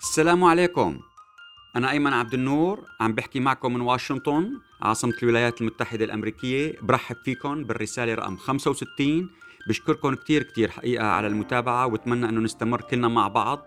السلام عليكم. أنا أيمن عبد النور عم بحكي معكم من واشنطن عاصمة الولايات المتحدة الأمريكية. برحب فيكم بالرسالة رقم 65. بشكركم كتير حقيقة على المتابعة، واتمنى أنه نستمر كلنا مع بعض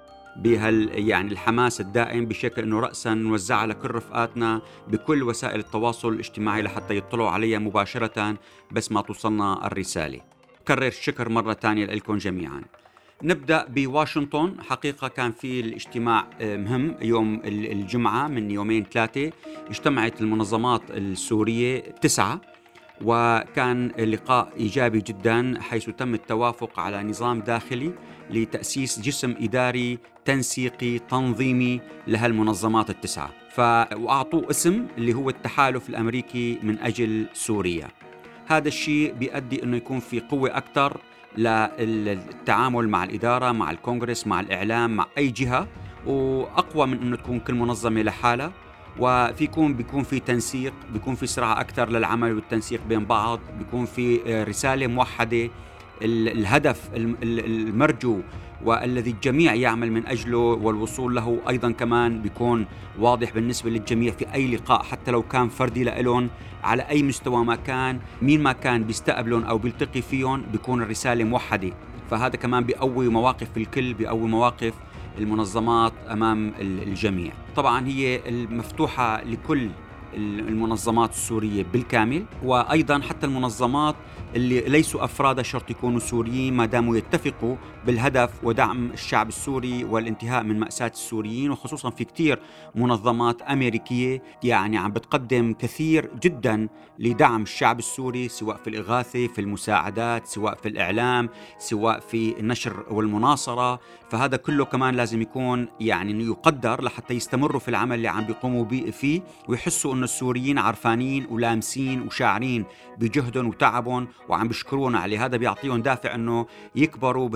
الحماس الدائم بشكل أنه رأسا نوزعها لكل رفقاتنا بكل وسائل التواصل الاجتماعي لحتى يطلعوا عليها مباشرة بس ما توصلنا الرسالة. كرر الشكر مرة تانية لكم جميعا. نبدأ بواشنطن. حقيقة كان في الاجتماع مهم يوم الجمعة من يومين ثلاثة. اجتمعت المنظمات السورية 9، وكان لقاء إيجابي جدا، حيث تم التوافق على نظام داخلي لتأسيس جسم إداري تنسيقي تنظيمي لهالمنظمات 9. وأعطوه اسم اللي هو التحالف الأمريكي من أجل سوريا. هذا الشيء بيؤدي أنه يكون في قوة أكثر للتعامل مع الإدارة، مع الكونغرس، مع الإعلام، مع أي جهة، وأقوى من أنه تكون كل منظمة لحالها. بيكون في تنسيق، بيكون في سرعة أكثر للعمل والتنسيق بين بعض، بيكون في رسالة موحدة. الهدف المرجو والذي الجميع يعمل من أجله والوصول له أيضا كمان بيكون واضح بالنسبة للجميع في أي لقاء، حتى لو كان فردي لإلهم على أي مستوى ما كان، مين ما كان بيستقبلهم أو بيلتقي فيهم، بيكون الرسالة موحدة. فهذا كمان بيقوي مواقف الكل، بيقوي مواقف المنظمات أمام الجميع. طبعا هي المفتوحة لكل المنظمات السورية بالكامل، وأيضا حتى المنظمات اللي ليسوا أفراد شرط يكونوا سوريين ما داموا يتفقوا بالهدف ودعم الشعب السوري والانتهاء من مأساة السوريين. وخصوصا في كتير منظمات أمريكية عم بتقدم كثير جدا لدعم الشعب السوري، سواء في الإغاثة، في المساعدات، سواء في الإعلام، سواء في النشر والمناصرة. فهذا كله كمان لازم يكون يقدر لحتى يستمروا في العمل اللي عم بيقوموا فيه، ويحسوا أن السوريين عرفانين ولامسين وشاعرين بجهدهم وتعبهم وعم بيشكرون عليه. هذا بيعطيهم دافع أنه يكبروا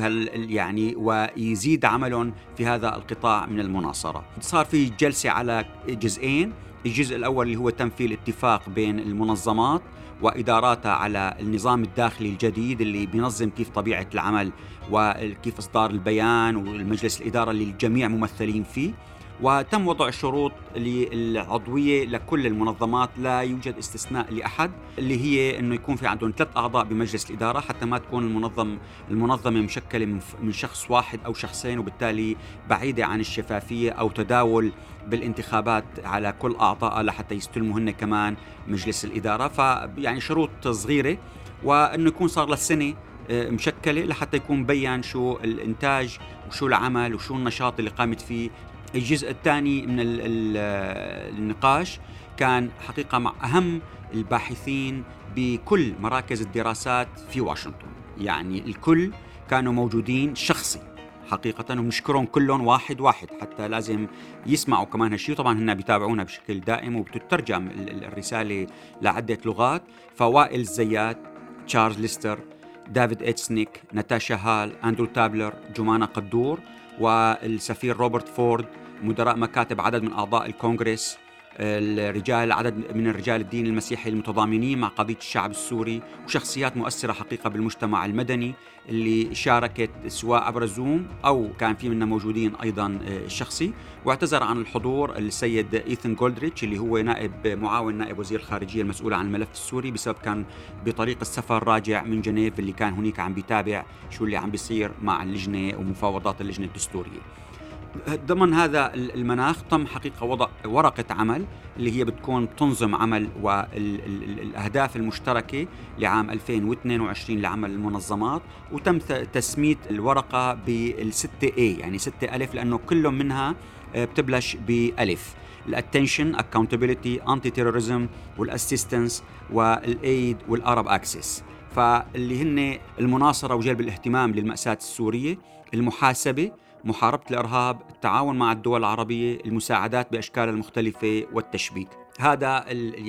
ويزيد عملهم في هذا القطاع من المناصرة. صار في جلسة على جزئين. الجزء الأول اللي هو تم فيه الاتفاق بين المنظمات وإداراتها على النظام الداخلي الجديد اللي بينظم كيف طبيعة العمل وكيف إصدار البيان والمجلس الإدارة اللي الجميع ممثلين فيه. وتم وضع شروط للعضوية لكل المنظمات، لا يوجد استثناء لأحد، اللي هي أنه يكون في عندهم 3 أعضاء بمجلس الإدارة، حتى ما تكون المنظمة مشكلة من شخص واحد أو شخصين، وبالتالي بعيدة عن الشفافية أو تداول بالانتخابات على كل أعضاء لحتى يستلموا هن كمان مجلس الإدارة. شروط صغيرة، وأنه يكون صار للسنة مشكلة لحتى يكون مبين شو الإنتاج وشو العمل وشو النشاط اللي قامت فيه. الجزء الثاني من النقاش كان حقيقة مع أهم الباحثين بكل مراكز الدراسات في واشنطن. الكل كانوا موجودين شخصي حقيقة، ونشكرهم كلهم واحد حتى لازم يسمعوا كمان هالشيء. طبعا هن بيتابعونا بشكل دائم وبتترجم الرسالة لعدة لغات. فوائل الزيات، تشارلز ليستر، دافيد إتسنيك، ناتاشا هال، أندرو تابلر، جمانة قدور، والسفير روبرت فورد، مدراء مكاتب عدد من أعضاء الكونغرس، عدد من الرجال الدين المسيحي المتضامنين مع قضية الشعب السوري، وشخصيات مؤثرة حقيقة بالمجتمع المدني اللي شاركت سواء عبر زوم أو كان في منهم موجودين أيضا شخصي. واعتذر عن الحضور السيد إيثن جولدريتش اللي هو معاون نائب وزير الخارجية المسؤول عن الملف السوري، بسبب كان بطريق السفر راجع من جنيف، اللي كان هناك عم بيتابع شو اللي عم بيصير مع اللجنة ومفاوضات اللجنة الدستورية. ضمن هذا المناخ تم حقيقة وضع ورقة عمل اللي هي بتكون تنظم عمل والأهداف المشتركة لعام 2022 لعمل المنظمات. وتم تسمية الورقة بال6A، يعني 6 ألف، لأنه كل منها بتبلش بألف: الاتنشن، accountability، anti-terrorism، والassistance، والايد، والارب اكسس. فاللي هن المناصرة وجلب الاهتمام للمأساة السورية، المحاسبة، محاربة الإرهاب، التعاون مع الدول العربية، المساعدات بأشكال المختلفة، والتشبيك. هذا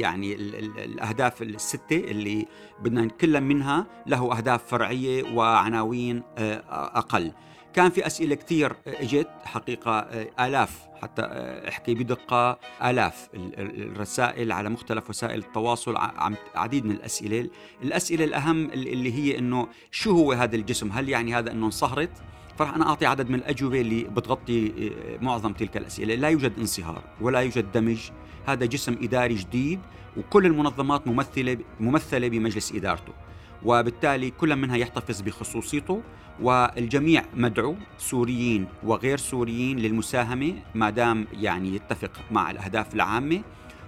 الأهداف الستة اللي بدنا كل منها له أهداف فرعية وعناوين أقل. كان في أسئلة كتير اجت حقيقة، آلاف، حتى احكي بدقة آلاف الرسائل على مختلف وسائل التواصل، عديد من الأسئلة الأهم اللي هي إنه شو هو هذا الجسم؟ هل هذا إنه انصهرت فرح أنا أعطي عدد من الأجوبة اللي بتغطي معظم تلك الأسئلة. لا يوجد انصهار ولا يوجد دمج، هذا جسم إداري جديد وكل المنظمات ممثلة بمجلس إدارته، وبالتالي كل منها يحتفظ بخصوصيته، والجميع مدعو سوريين وغير سوريين للمساهمة ما دام يعني يتفق مع الأهداف العامة،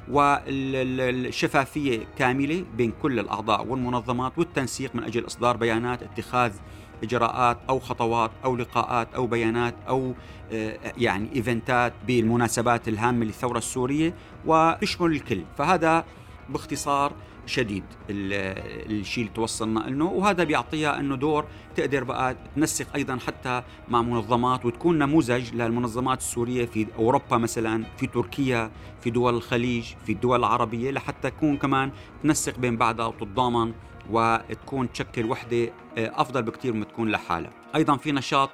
والشفافية كاملة بين كل الأعضاء والمنظمات، والتنسيق من أجل إصدار بيانات، اتخاذ إجراءات أو خطوات أو لقاءات أو بيانات أو يعني إيفنتات بالمناسبات الهامة للثورة السورية وتشمل الكل. فهذا باختصار شديد الشيء اللي توصلنا له، وهذا بيعطيها انه دور تقدر بقى تنسق ايضا حتى مع منظمات وتكون نموذج للمنظمات السورية في اوروبا مثلا، في تركيا، في دول الخليج، في الدول العربية، لحتى تكون كمان تنسق بين بعضها وتتضامن وتكون تشكل وحدة افضل بكتير من تكون لحالها. ايضا في نشاط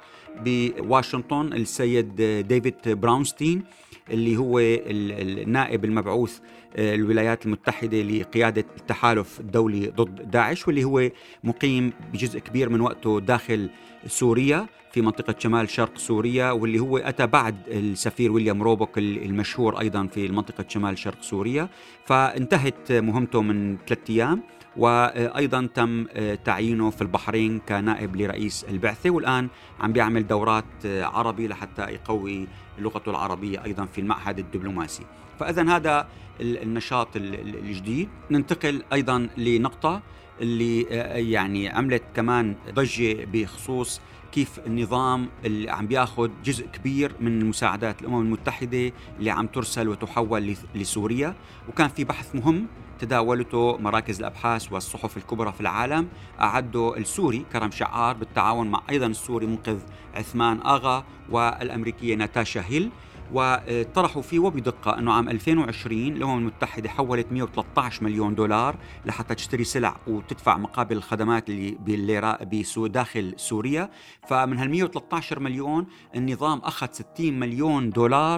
بواشنطن السيد ديفيد براونستين اللي هو النائب المبعوث الولايات المتحدة لقيادة التحالف الدولي ضد داعش، واللي هو مقيم بجزء كبير من وقته داخل سوريا في منطقة شمال شرق سوريا، واللي هو أتى بعد السفير ويليام روبوك المشهور أيضا في منطقة شمال شرق سوريا. فانتهت مهمته من 3 أيام، وأيضا تم تعيينه في البحرين كنائب لرئيس البعثة، والآن عم بيعمل دورات عربي لحتى يقوي لغته العربية أيضا في المعهد الدبلوماسي. فإذن هذا النشاط الجديد. ننتقل أيضا لنقطة اللي يعني عملت كمان ضجة بخصوص كيف النظام اللي عم بياخد جزء كبير من مساعدات الأمم المتحدة اللي عم ترسل وتحول لسوريا. وكان في بحث مهم تداولته مراكز الأبحاث والصحف الكبرى في العالم، أعده السوري كرم شعار بالتعاون مع أيضا السوري منقذ عثمان آغا والأمريكية ناتاشا هيل، وطرحوا فيه وبدقة أنه عام 2020 الأمم المتحدة حولت $113 مليون لحتى تشتري سلع وتدفع مقابل الخدمات اللي داخل سوريا. فمن هال$113 مليون النظام أخذ $60 مليون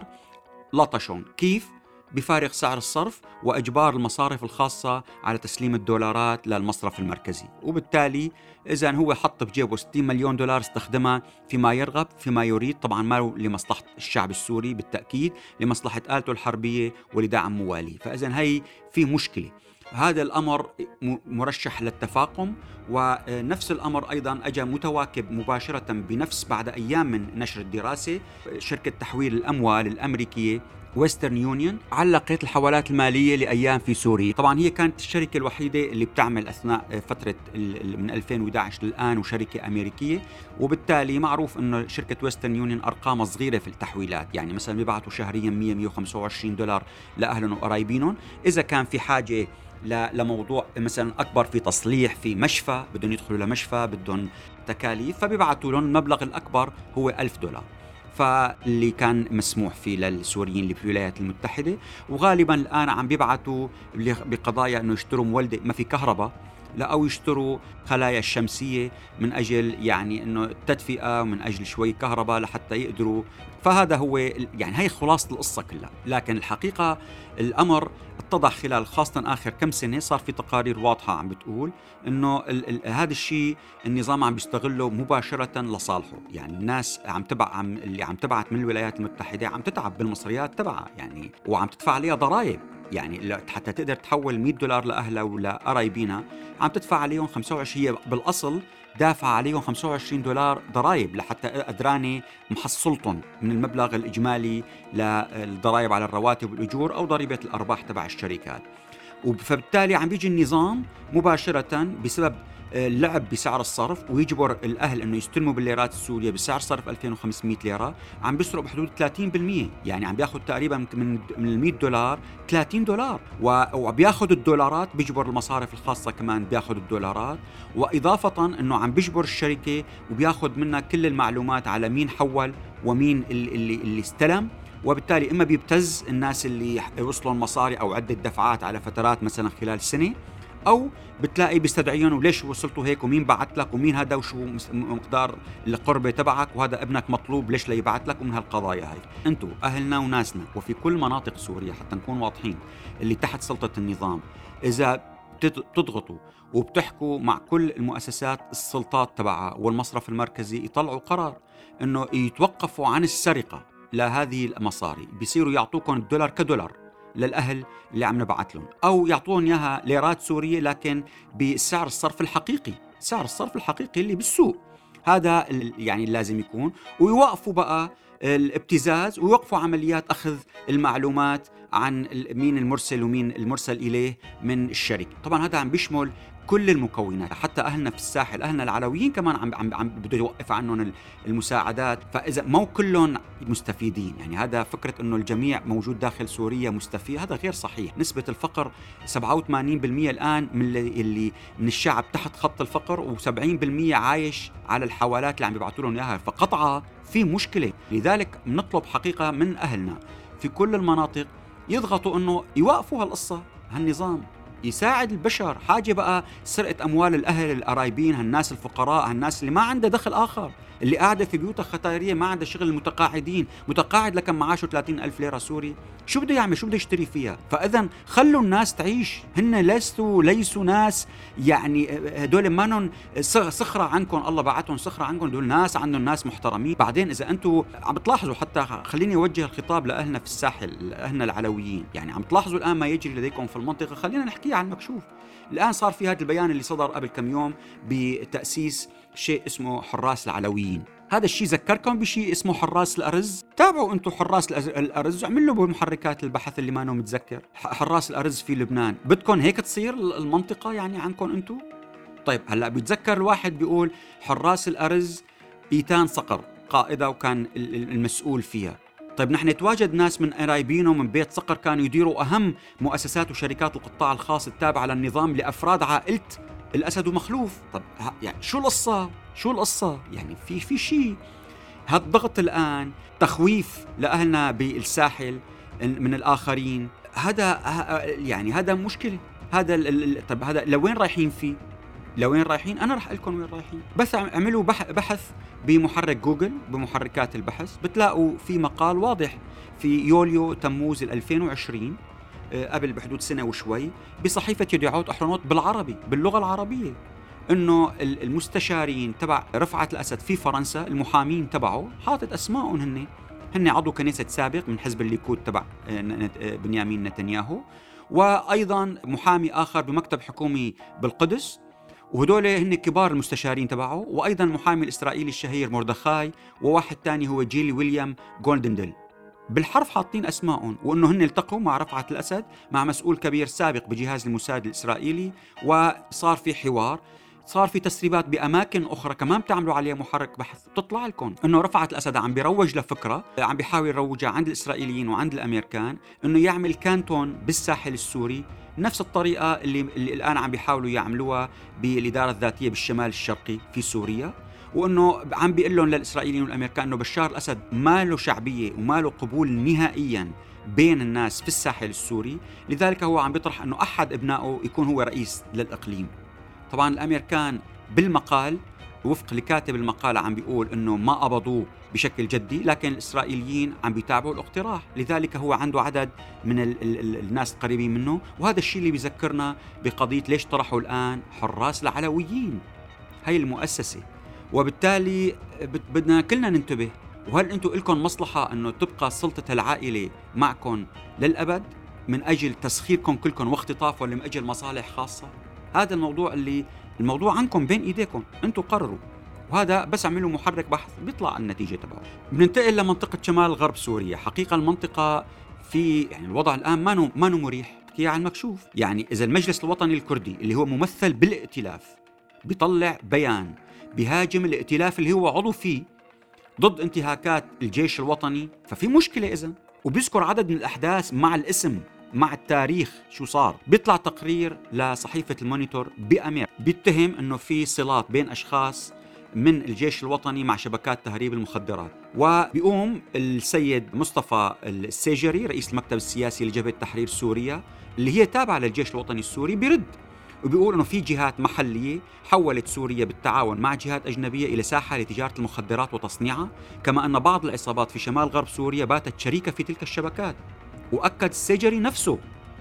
لطشون. كيف؟ بفارق سعر الصرف وإجبار المصارف الخاصة على تسليم الدولارات للمصرف المركزي، وبالتالي إذن هو حط بجيبه $60 مليون استخدمها فيما يرغب فيما يريد، طبعا ما لمصلحة الشعب السوري بالتأكيد، لمصلحة آلته الحربية ولدعم مواليه. فإذن هي في مشكلة. هذا الأمر مرشح للتفاقم، ونفس الأمر أيضا أجى متواكب مباشرة بنفس بعد أيام من نشر الدراسة. شركة تحويل الأموال الأمريكية ويسترن يونيون علقت الحوالات المالية لأيام في سوريا. طبعا هي كانت الشركة الوحيدة اللي بتعمل أثناء فترة من 2011 للآن، وشركة أمريكية، وبالتالي معروف أنه شركة ويسترن يونيون أرقام صغيرة في التحويلات، يعني مثلا بيبعتوا شهريا $100-125 لأهلهم وقرايبينهم. إذا كان في حاجة لموضوع مثلا أكبر، في تصليح في مشفى بدهم يدخلوا لمشفى بدهم تكاليف، فبيبعتوا لهم المبلغ الأكبر هو $1000، فاللي كان مسموح فيه للسوريين اللي في الولايات المتحدة. وغالبا الآن عم بيبعتوا بقضايا أنه يشتروا مولدة ما في كهرباء، لا أو يشتروا خلايا الشمسية من أجل يعني أنه التدفئة ومن أجل شوي كهرباء لحتى يقدروا. فهذا هو يعني هي خلاصة القصة كلها. لكن الحقيقة الأمر اتضح خلال خاصة آخر كم سنة صار في تقارير واضحة عم بتقول أنه هذا الشيء النظام عم بيستغله مباشرة لصالحه. يعني الناس اللي عم تبعت من الولايات المتحدة عم تتعب بالمصريات تبعها يعني، وعم تدفع عليها ضرائب. يعني حتى تقدر تحول $100 لأهلها ولا قرايبينها عم تدفع عليهم 25. هي بالأصل دافع عليهم $25 ضرائب لحتى قدراني محصلتهم من المبلغ الإجمالي للضرائب على الرواتب والأجور أو ضريبة الأرباح تبع الشركات. فبالتالي عم بيجي النظام مباشرة بسبب اللعب بسعر الصرف ويجبر الأهل أنه يستلموا بالليرات السورية بسعر صرف 2500 ليرة، عم بيسرق بحدود 30%. يعني عم بياخد تقريبا من $100 $30، وبياخد الدولارات، بيجبر المصارف الخاصة كمان بياخد الدولارات، وإضافة أنه عم بيجبر الشركة وبياخد منها كل المعلومات على مين حول ومين اللي استلم. وبالتالي إما بيبتز الناس اللي وصلوا المصاري أو عدة دفعات على فترات مثلا خلال سنة، أو بتلاقي بيستدعيهم وليش وصلتوا هيك ومين بعت لك ومين هذا وشو مقدار القربة تبعك وهذا ابنك مطلوب ليش لا يبعت لك، ومن هالقضايا هاي. انتو أهلنا وناسنا وفي كل مناطق سوريا حتى نكون واضحين اللي تحت سلطة النظام، إذا بتضغطوا وبتحكوا مع كل المؤسسات السلطات تبعها والمصرف المركزي يطلعوا قرار إنه يتوقفوا عن السرقة لهذه المصاري، بيصيروا يعطوكم الدولار كدولار للأهل اللي عم نبعث لهم، أو يعطون إياها ليرات سورية لكن بسعر الصرف الحقيقي، سعر الصرف الحقيقي اللي بالسوق. هذا يعني لازم يكون، ويوقفوا بقى الابتزاز ويوقفوا عمليات أخذ المعلومات عن مين المرسل ومين المرسل إليه من الشركة. طبعا هذا عم بيشمل كل المكونات، حتى أهلنا في الساحل، أهلنا العلويين كمان عم بده يوقف عنهم المساعدات، فإذا مو كلهم مستفيدين. يعني هذا فكرة إنه الجميع موجود داخل سوريا مستفيد، هذا غير صحيح. نسبة الفقر 87% الآن اللي من الشعب تحت خط الفقر، و70% عايش على الحوالات اللي عم بيبعثوا لهم إياها، فقطعة في مشكلة. لذلك بنطلب حقيقة من أهلنا في كل المناطق يضغطوا إنه يوقفوا هالقصة، هالنظام يساعد البشر. حاجة بقى سرقة أموال الأهل القرايبين، هالناس الفقراء، هالناس اللي ما عنده دخل آخر، اللي قاعدة في بيوتها ختارية، ما عنده شغل. المتقاعدين، متقاعد لكن معاشه 30,000 ليرة سوري، شو بده يعمل؟ شو بده يشتري فيها؟ فإذا خلوا الناس تعيش. هن ليسوا ناس، يعني هدول مانن سخرة عنكم، الله بعتهم سخرة عنكم، دول ناس عندهم ناس محترمين. بعدين إذا أنتم عم بتلاحظوا، حتى خليني أوجه الخطاب لأهلنا في الساحل، أهلنا العلويين، يعني عم تلاحظوا الآن ما يجري لديكم في المنطقة، خلينا نحكي عن مكشوف. الآن صار في هذا البيان اللي صدر قبل كم يوم بتأسيس شيء اسمه حراس العلويين. هذا الشيء ذكركم بشيء اسمه حراس الأرز؟ تابعوا أنتم حراس الأرز وعملوا بمحركات البحث اللي ما متذكر. حراس الأرز في لبنان، بدكم هيك تصير المنطقة يعني عنكم أنتم؟ طيب هلأ بيتذكر الواحد بيقول حراس الأرز إيتان صقر قائدة وكان المسؤول فيها. طيب نحن نتواجد ناس من قرايبينه من بيت صقر كانوا يديروا أهم مؤسسات وشركات القطاع الخاص التابعة للنظام لأفراد عائلة الأسد ومخلوف. طب يعني شو القصة؟ يعني في شيء. هالضغط الآن تخويف لأهلنا بالساحل من الآخرين، هذا يعني هذا مشكلة. طب هذا لوين رايحين فيه؟ لوين رايحين؟ أنا رح أقولكم وين رايحين. بس اعملوا بحث بمحرك جوجل، بمحركات البحث، بتلاقوا في مقال واضح في يوليو تموز 2020 قبل بحدود سنة وشوي بصحيفة يديعوت أحرنوت بالعربي، باللغة العربية، إنه المستشارين تبع رفعت الأسد في فرنسا، المحامين تبعه حاطط أسمائهم، هن عضو كنيسة سابق من حزب الليكود تبع بنيامين نتنياهو، وأيضا محامي آخر بمكتب حكومي بالقدس، وهدول هن كبار المستشارين تبعه، وأيضا محامي الإسرائيلي الشهير مردخاي، وواحد تاني هو جيلي ويليام جولدندل. بالحرف حاطين أسمائهم، وأنه هن التقوا مع رفعت الأسد مع مسؤول كبير سابق بجهاز الموساد الإسرائيلي، وصار في حوار، صار في تسريبات بأماكن أخرى كمان بتعملوا عليها محرك بحث. تطلع لكم أنه رفعت الأسد عم بيروج لفكرة، عم بيحاول يروجها عند الإسرائيليين وعند الأمريكان، أنه يعمل كانتون بالساحل السوري نفس الطريقة اللي الآن عم بيحاولوا يعملوها بالإدارة الذاتية بالشمال الشرقي في سوريا، وأنه عم بيقول لهم للإسرائيليين والأمريكان أنه بشار الأسد ما له شعبية وما له قبول نهائيا بين الناس في الساحل السوري، لذلك هو عم بيطرح أنه أحد أبنائه يكون هو رئيس للإقليم. طبعا الأمريكان بالمقال وفق لكاتب المقالة عم بيقول أنه ما قبضوه بشكل جدي، لكن الإسرائيليين عم بيتابعوا الاقتراح، لذلك هو عنده عدد من الناس القريبين منه. وهذا الشيء اللي بيذكرنا بقضية ليش طرحوا الآن حراس العلويين، هاي المؤسسة. وبالتالي بدنا كلنا ننتبه، وهل أنتم إلكم مصلحة أنه تبقى سلطة العائلة معكم للأبد من أجل تسخيركم كلكم واختطاف، ولا من أجل مصالح خاصة؟ هذا الموضوع عنكم بين إيديكم، أنتم قرروا. وهذا بس عملوا محرك بحث بيطلع النتيجة تبعه. بننتقل لمنطقة شمال غرب سوريا. حقيقة المنطقة في يعني الوضع الآن ما مريح، تحكي عن مكشوف. يعني إذا المجلس الوطني الكردي اللي هو ممثل بالائتلاف بيطلع بيان بهاجم الائتلاف اللي هو عضو فيه ضد انتهاكات الجيش الوطني، ففي مشكلة إذن. وبيذكر عدد من الأحداث مع الاسم مع التاريخ شو صار. بيطلع تقرير لصحيفة المونيتور بأمير بيتهم أنه في صلات بين أشخاص من الجيش الوطني مع شبكات تهريب المخدرات، وبيقوم السيد مصطفى السيجري رئيس المكتب السياسي لجبهة تحرير سوريا اللي هي تابعة للجيش الوطني السوري بيرد وبيقول أنه في جهات محلية حولت سوريا بالتعاون مع جهات أجنبية إلى ساحة لتجارة المخدرات وتصنيعها، كما أن بعض العصابات في شمال غرب سوريا باتت شريكة في تلك الشبكات. وأكد السيجري نفسه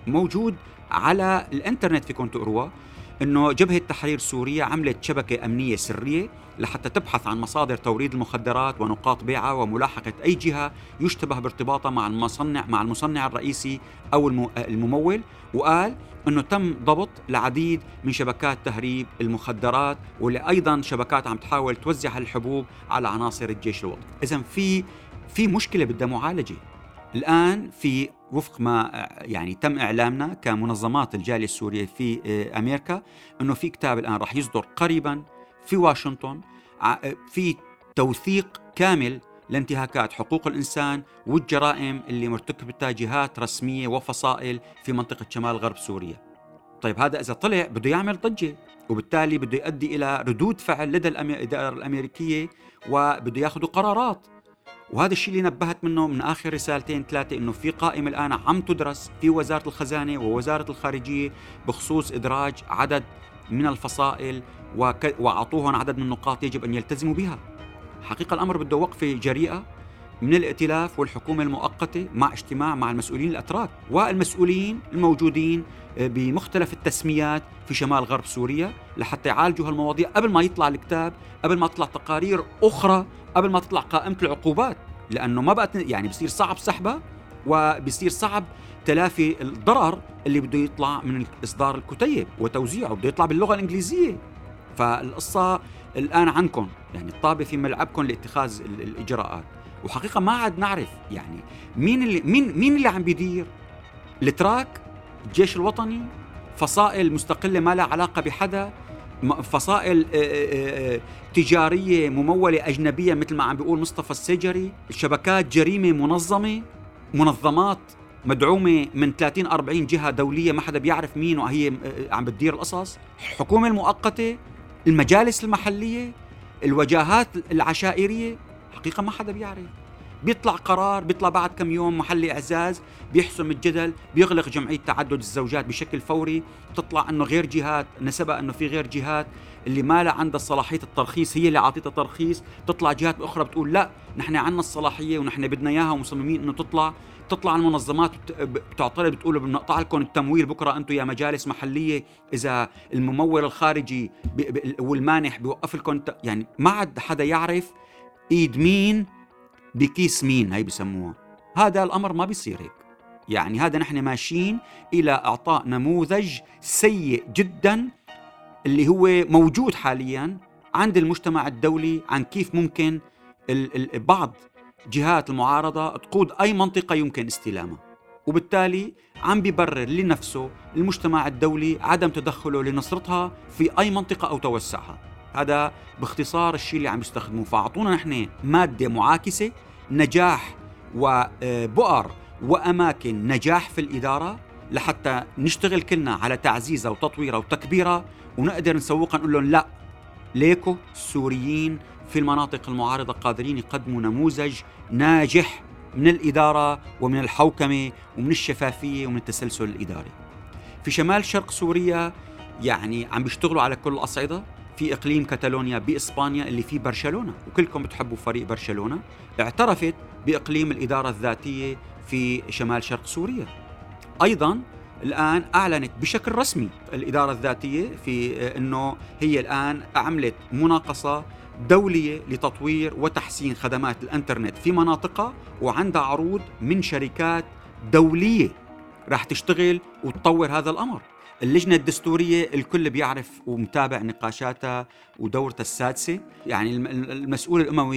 موجود على الانترنت فيكم تقروها، انه جبهة تحرير سوريا عملت شبكة امنية سرية لحتى تبحث عن مصادر توريد المخدرات ونقاط بيعها وملاحقة اي جهة يشتبه بارتباطها مع المصنع الرئيسي او الممول. وقال انه تم ضبط العديد من شبكات تهريب المخدرات، واللي ايضا شبكات عم تحاول توزع الحبوب على عناصر الجيش الوطني. اذا في مشكلة بدها معالجة. الآن في وفق ما يعني تم إعلامنا كمنظمات الجالية السورية في أمريكا، أنه في كتاب الآن رح يصدر قريبا في واشنطن في توثيق كامل لانتهاكات حقوق الإنسان والجرائم اللي مرتكبتها جهات رسمية وفصائل في منطقة شمال غرب سوريا. طيب هذا إذا طلع بده يعمل ضجة، وبالتالي بده يؤدي إلى ردود فعل لدى الإدارة الأمريكية، وبده ياخذوا قرارات. وهذا الشيء اللي نبهت منه من آخر رسالتين ثلاثة، إنه في قائمة الآن عم تدرس في وزارة الخزانة ووزارة الخارجية بخصوص إدراج عدد من الفصائل وعطوهم عدد من النقاط يجب أن يلتزموا بها. حقيقة الأمر بده وقفة جريئة من الائتلاف والحكومة المؤقتة مع اجتماع مع المسؤولين الأتراك والمسؤولين الموجودين بمختلف التسميات في شمال غرب سوريا لحتى يعالجوا هالمواضيع قبل ما يطلع الكتاب، قبل ما تطلع تقارير أخرى، قبل ما تطلع قائمة العقوبات. لأنه ما بقت يعني بصير صعب سحبها، وبصير صعب تلافي الضرر اللي بده يطلع من إصدار الكتيب وتوزيعه، بده يطلع باللغة الإنجليزية. فالقصة الآن عنكم، يعني الطابة في ملعبكم لاتخاذ الإجراءات. وحقيقة ما عاد نعرف يعني مين اللي عم بيدير. الاتراك، الجيش الوطني، فصائل مستقلة ما لها علاقة بحدا، فصائل تجارية ممولة أجنبية مثل ما عم بيقول مصطفى السجري، شبكات جريمة منظمة، منظمات مدعومة من 30-40 جهة دولية ما حدا بيعرف مين وهي عم بتدير القصص، الحكومة المؤقتة، المجالس المحلية، الوجهات العشائرية. حقيقة ما حدا بيعرف. بيطلع قرار، بيطلع بعد كم يوم محلي إعزاز، بيحسم الجدل، بيغلق جمعية تعدد الزوجات بشكل فوري، بتطلع أنه غير جهات نسبة، أنه في غير جهات اللي ما لها عندها صلاحية الترخيص هي اللي عاطيتها ترخيص، تطلع جهات أخرى بتقول لا نحن عنا الصلاحية ونحن بدنا إياها ومصممين أنه تطلع المنظمات بتعترض بتقول بنقطع لكم التمويل بكرة أنتم يا مجالس محلية إذا الممول الخارجي والمانح بيوقف لكم. يعني ما عاد حدا يعرف إيد مين بكيس مين، هاي بسموها. هذا الأمر ما بيصير هيك. يعني هذا نحن ماشيين إلى إعطاء نموذج سيء جدا اللي هو موجود حاليا عند المجتمع الدولي عن كيف ممكن بعض جهات المعارضة تقود أي منطقة يمكن استلامها، وبالتالي عم بيبرر لنفسه المجتمع الدولي عدم تدخله لنصرتها في أي منطقة أو توسعها. هذا باختصار الشيء اللي عم يستخدموه. فأعطونا نحن مادة معاكسة، نجاح وبؤر وأماكن نجاح في الإدارة لحتى نشتغل كلنا على تعزيزها وتطويرها وتكبيرها، ونقدر نسوقها نقول لهم لا، ليكو السوريين في المناطق المعارضة قادرين يقدموا نموذج ناجح من الإدارة ومن الحوكمة ومن الشفافية ومن التسلسل الإداري. في شمال شرق سوريا يعني عم بيشتغلوا على كل الأصعدة. في إقليم كاتالونيا بإسبانيا اللي فيه برشلونة، وكلكم بتحبوا فريق برشلونة، اعترفت بإقليم الإدارة الذاتية في شمال شرق سوريا. أيضاً الآن أعلنت بشكل رسمي الإدارة الذاتية في أنه هي الآن عملت مناقصة دولية لتطوير وتحسين خدمات الإنترنت في مناطقها، وعندها عروض من شركات دولية راح تشتغل وتطور هذا الأمر. اللجنة الدستورية الكل بيعرف ومتابع نقاشاتها ودورتها السادسة. يعني المسؤول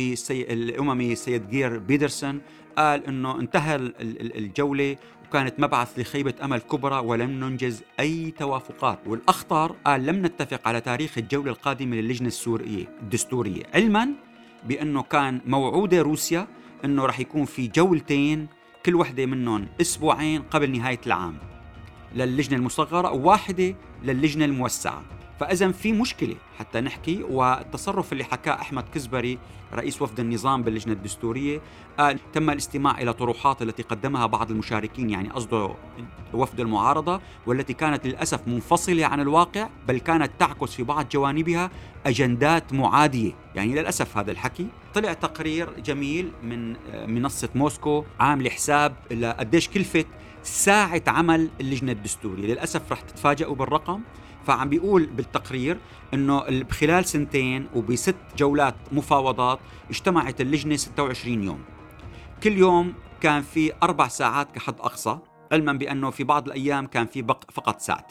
الأممي السيد جير بيدرسون قال إنه انتهى الجولة وكانت مبعث لخيبة أمل كبرى ولم ننجز أي توافقات. والأخطر قال لم نتفق على تاريخ الجولة القادمة للجنة الدستورية، علما بأنه كان موعودة روسيا أنه رح يكون في جولتين كل وحدة منهم أسبوعين قبل نهاية العام للجنة المصغرة وواحدة للجنة الموسعة. فإذا في مشكلة حتى نحكي. والتصرف اللي حكاه أحمد كزبري رئيس وفد النظام باللجنة الدستورية، قال تم الاستماع إلى طروحات التي قدمها بعض المشاركين، يعني قصده وفد المعارضة، والتي كانت للأسف منفصلة عن الواقع، بل كانت تعكس في بعض جوانبها أجندات معادية. يعني للأسف هذا الحكي. طلع تقرير جميل من منصة موسكو عامل حساب قديش كلفة ساعة عمل اللجنة الدستورية. للأسف رح تتفاجئوا بالرقم. فعم بيقول بالتقرير أنه خلال 2 وب6 جولات مفاوضات اجتمعت اللجنة 26 يوم. كل يوم كان في 4 ساعات كحد أقصى، علما بأنه في بعض الأيام كان في فقط 2 ساعات.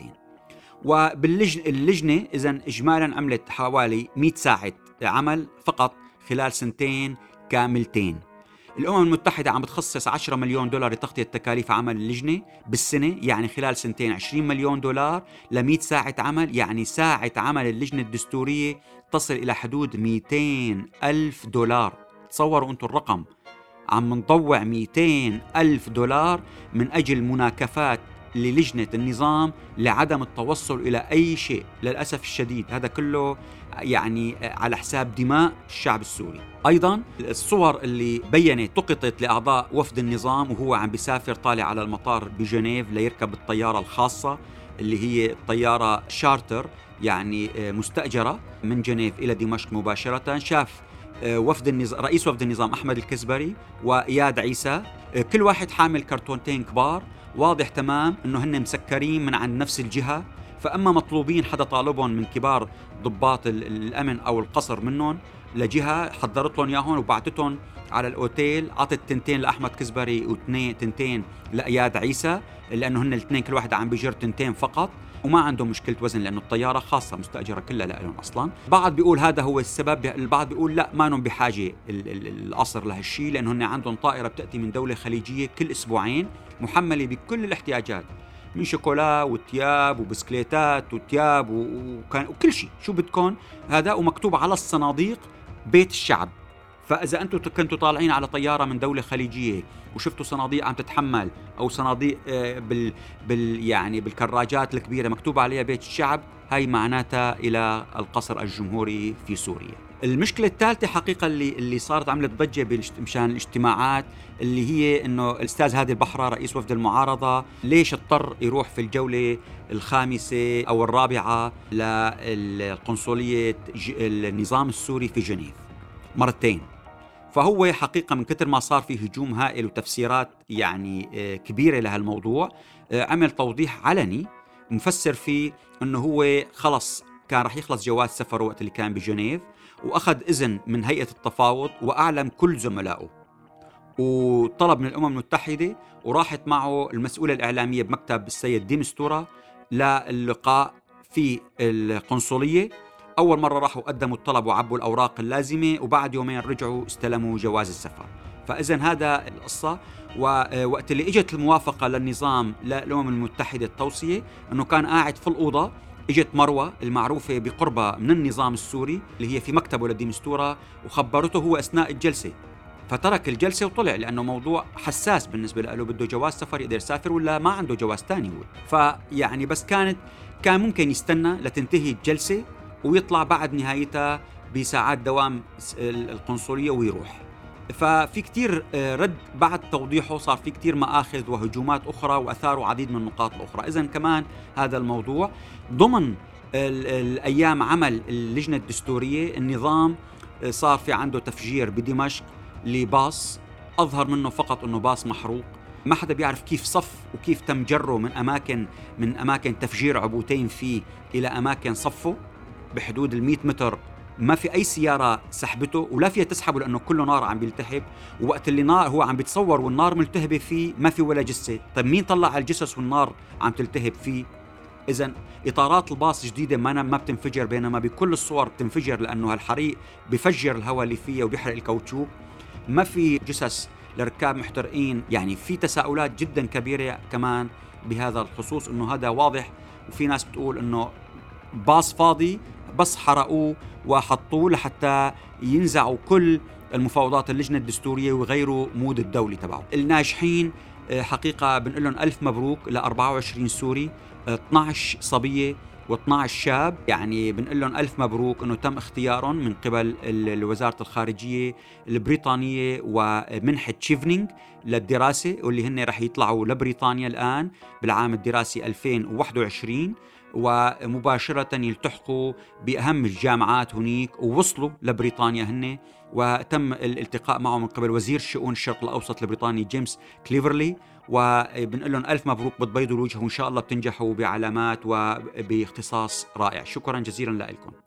وباللجنة إذن إجمالا عملت حوالي 100 ساعة عمل فقط خلال 2 كاملتين. الأمم المتحدة عم بتخصص $10 مليون لتغطية تكاليف عمل اللجنة بالسنة، يعني خلال 2 $20 مليون ل100 ساعة عمل. يعني ساعة عمل اللجنة الدستورية تصل إلى حدود $200,000. تصوروا أنتم الرقم، عم نضوع $200,000 من أجل مناكفات للجنة النظام لعدم التوصل إلى أي شيء. للأسف الشديد هذا كله يعني على حساب دماء الشعب السوري. أيضا الصور اللي تقطت لأعضاء وفد النظام وهو عم بيسافر طالع على المطار بجنيف ليركب الطيارة الخاصة اللي هي الطيارة شارتر، يعني مستأجرة من جنيف إلى دمشق مباشرة. شاف رئيس وفد النظام أحمد الكزبري وإياد عيسى، كل واحد حامل كرتونتين كبار، واضح تمام أنه هن مسكرين من عند نفس الجهة. فأما مطلوبين حدا طالبهم من كبار ضباط الأمن أو القصر منهم لجهة، حضرت لهم ياهن وبعتتهم على الأوتيل، عطت 2 لأحمد كزبري و2 لإياد عيسى، لأنه هن الاثنين كل واحد عم بيجر 2 فقط، وما عندهم مشكلة وزن لأنه الطيارة خاصة مستأجرة كلها لهم أصلا. بعض بيقول هذا هو السبب، البعض بيقول لا، ما نهم بحاجة القصر لهالشي، لأنه هن عندهم طائرة بتأتي من دولة خليجية كل أسبوعين محملة بكل الاحتياجات، من شوكولا وتياب وبسكليتات وتياب وكل شيء شو بدكم هذا، ومكتوب على الصناديق بيت الشعب. فإذا أنتم كنتوا طالعين على طيارة من دولة خليجية وشفتوا صناديق عم تتحمل أو صناديق يعني بالكراجات الكبيرة مكتوب عليها بيت الشعب، هاي معناتها إلى القصر الجمهوري في سوريا. المشكلة الثالثة حقيقة اللي صارت عملت ضجة مشان الاجتماعات، اللي هي إنه الأستاذ هادي البحرة رئيس وفد المعارضة ليش اضطر يروح في الجولة الخامسة أو الرابعة للقنصلية النظام السوري في جنيف مرتين. فهو حقيقة من كتر ما صار فيه هجوم هائل وتفسيرات يعني كبيرة لهالموضوع، عمل توضيح علني مفسر فيه أنه هو خلص كان رح يخلص جواز سفره وقت اللي كان بجنيف، وأخذ إذن من هيئة التفاوض وأعلم كل زملائه، وطلب من الأمم المتحدة، وراحت معه المسؤولة الإعلامية بمكتب السيد دي مستورة للقاء في القنصلية. أول مرة راحوا قدموا الطلب وعبوا الأوراق اللازمة، وبعد يومين رجعوا استلموا جواز السفر. فإذن هذا القصة. ووقت اللي اجت الموافقة للنظام للأمم المتحدة التوصية، أنه كان قاعد في الأوضة، اجت مروة المعروفة بقربة من النظام السوري اللي هي في مكتبه لدي مستورة، وخبرته هو أثناء الجلسة، فترك الجلسة وطلع، لأنه موضوع حساس بالنسبة له، بده جواز سفر يقدر يسافر ولا ما عنده جواز تاني هو. فيعني بس كان ممكن يستنى لتنتهي الجلسة ويطلع بعد نهايتها بساعات دوام القنصلية ويروح. ففي كتير رد بعد توضيحه، صار في كتير مآخذ وهجومات أخرى وأثاروا عديد من النقاط الأخرى. إذن كمان هذا الموضوع ضمن الأيام عمل اللجنة الدستورية، النظام صار في عنده تفجير بدمشق لباص، أظهر منه فقط أنه باص محروق، ما حدا بيعرف كيف صف وكيف تم جره من أماكن تفجير عبوتين فيه إلى أماكن صفه بحدود 100 متر. ما في أي سيارة سحبته ولا فيها تسحبه لأنه كله نار عم بيلتهب، ووقت اللي نار هو عم بيتصور والنار ملتهبة فيه ما في ولا جثة. طيب مين طلع الجثث والنار عم تلتهب فيه؟ إذن إطارات الباص جديدة ما بتنفجر، بينما بكل الصور بتنفجر لأنه هالحريق بفجر الهواء اللي فيها وبيحرق الكاوتشوك. ما في جثث لركاب محترقين. يعني في تساؤلات جدا كبيرة كمان بهذا الخصوص، إنه هذا واضح، وفي ناس بتقول إنه باص فاضي بس حرقوه وحطوه لحتى ينزعوا كل المفاوضات اللجنة الدستورية ويغيروا مود الدولي تبعه. الناجحين حقيقة بنقول لهم ألف مبروك ل 24 سوري، 12 صبية و12 شاب. يعني بنقول لهم ألف مبروك أنه تم اختيارهم من قبل وزارة الخارجية البريطانية ومنحة تشيفنينغ للدراسة، واللي هن رح يطلعوا لبريطانيا الآن بالعام الدراسي 2021، ومباشرة يلتحقوا بأهم الجامعات هناك، ووصلوا لبريطانيا هن، وتم الالتقاء معه من قبل وزير شؤون الشرق الأوسط البريطاني جيمس كليفرلي. وبنقول لهم ألف مبروك، بتبيضوا الوجه وإن شاء الله بتنجحوا بعلامات وباختصاص رائع. شكرا جزيلا لكم.